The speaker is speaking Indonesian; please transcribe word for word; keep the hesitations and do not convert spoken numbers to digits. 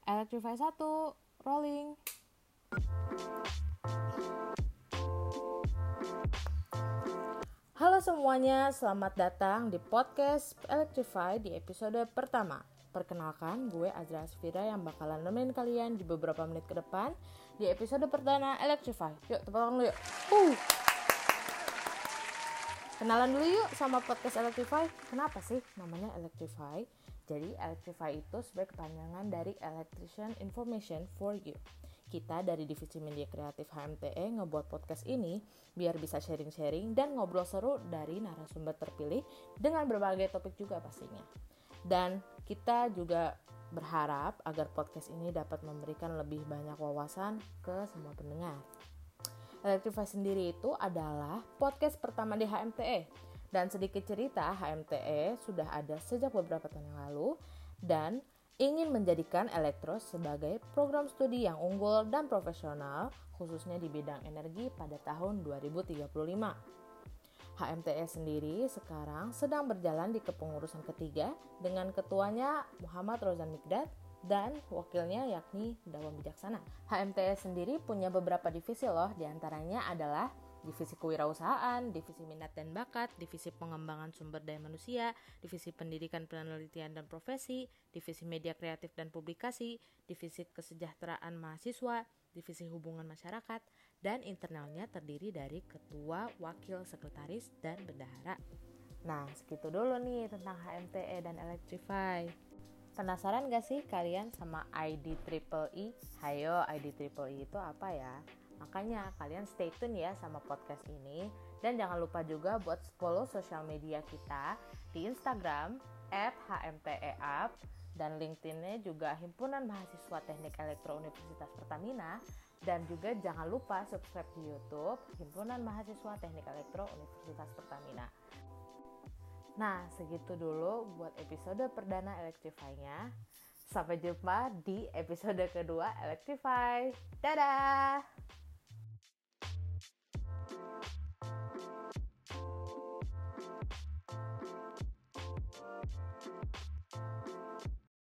Electrify satu, rolling. Halo semuanya, selamat datang di podcast Electrify di episode pertama. Perkenalkan, gue Azra Asfira yang bakalan nemenin kalian di beberapa menit ke depan di episode perdana Electrify. Yuk, tepuk tangan dulu yuk. Uh. Kenalan dulu yuk sama podcast Electrify. Kenapa sih namanya Electrify? Jadi Electrify itu sebagai kepanjangan dari Electrician Information for You. Kita dari Divisi Media Kreatif H M T E ngebuat podcast ini biar bisa sharing-sharing dan ngobrol seru dari narasumber terpilih dengan berbagai topik juga pastinya. Dan kita juga berharap agar podcast ini dapat memberikan lebih banyak wawasan ke semua pendengar. Electrify sendiri itu adalah podcast pertama di H M T E. Dan sedikit cerita, H M T E sudah ada sejak beberapa tahun yang lalu dan ingin menjadikan Elektros sebagai program studi yang unggul dan profesional khususnya di bidang energi pada tahun dua ribu tiga puluh lima. H M T E sendiri sekarang sedang berjalan di kepengurusan ketiga dengan ketuanya Muhammad Rozan Mikdad dan wakilnya yakni Dawan Bijaksana. H M T E sendiri punya beberapa divisi loh, diantaranya adalah divisi kewirausahaan, divisi minat dan bakat, divisi pengembangan sumber daya manusia, divisi pendidikan penelitian dan profesi, divisi media kreatif dan publikasi, divisi kesejahteraan mahasiswa, divisi hubungan masyarakat, dan internalnya terdiri dari ketua, wakil, sekretaris, dan bendahara. Nah, segitu dulu nih tentang H M T E dan Electrify. Penasaran gak sih kalian sama I D Triple E? Hayo, I D Triple E itu apa ya? Makanya kalian stay tune ya sama podcast ini. Dan jangan lupa juga buat follow sosial media kita di Instagram at H M T E A P dan LinkedIn-nya juga Himpunan Mahasiswa Teknik Elektro Universitas Pertamina. Dan juga jangan lupa subscribe di YouTube Himpunan Mahasiswa Teknik Elektro Universitas Pertamina. Nah, segitu dulu buat episode perdana Electrify-nya. Sampai jumpa di episode kedua Electrify. Dadah!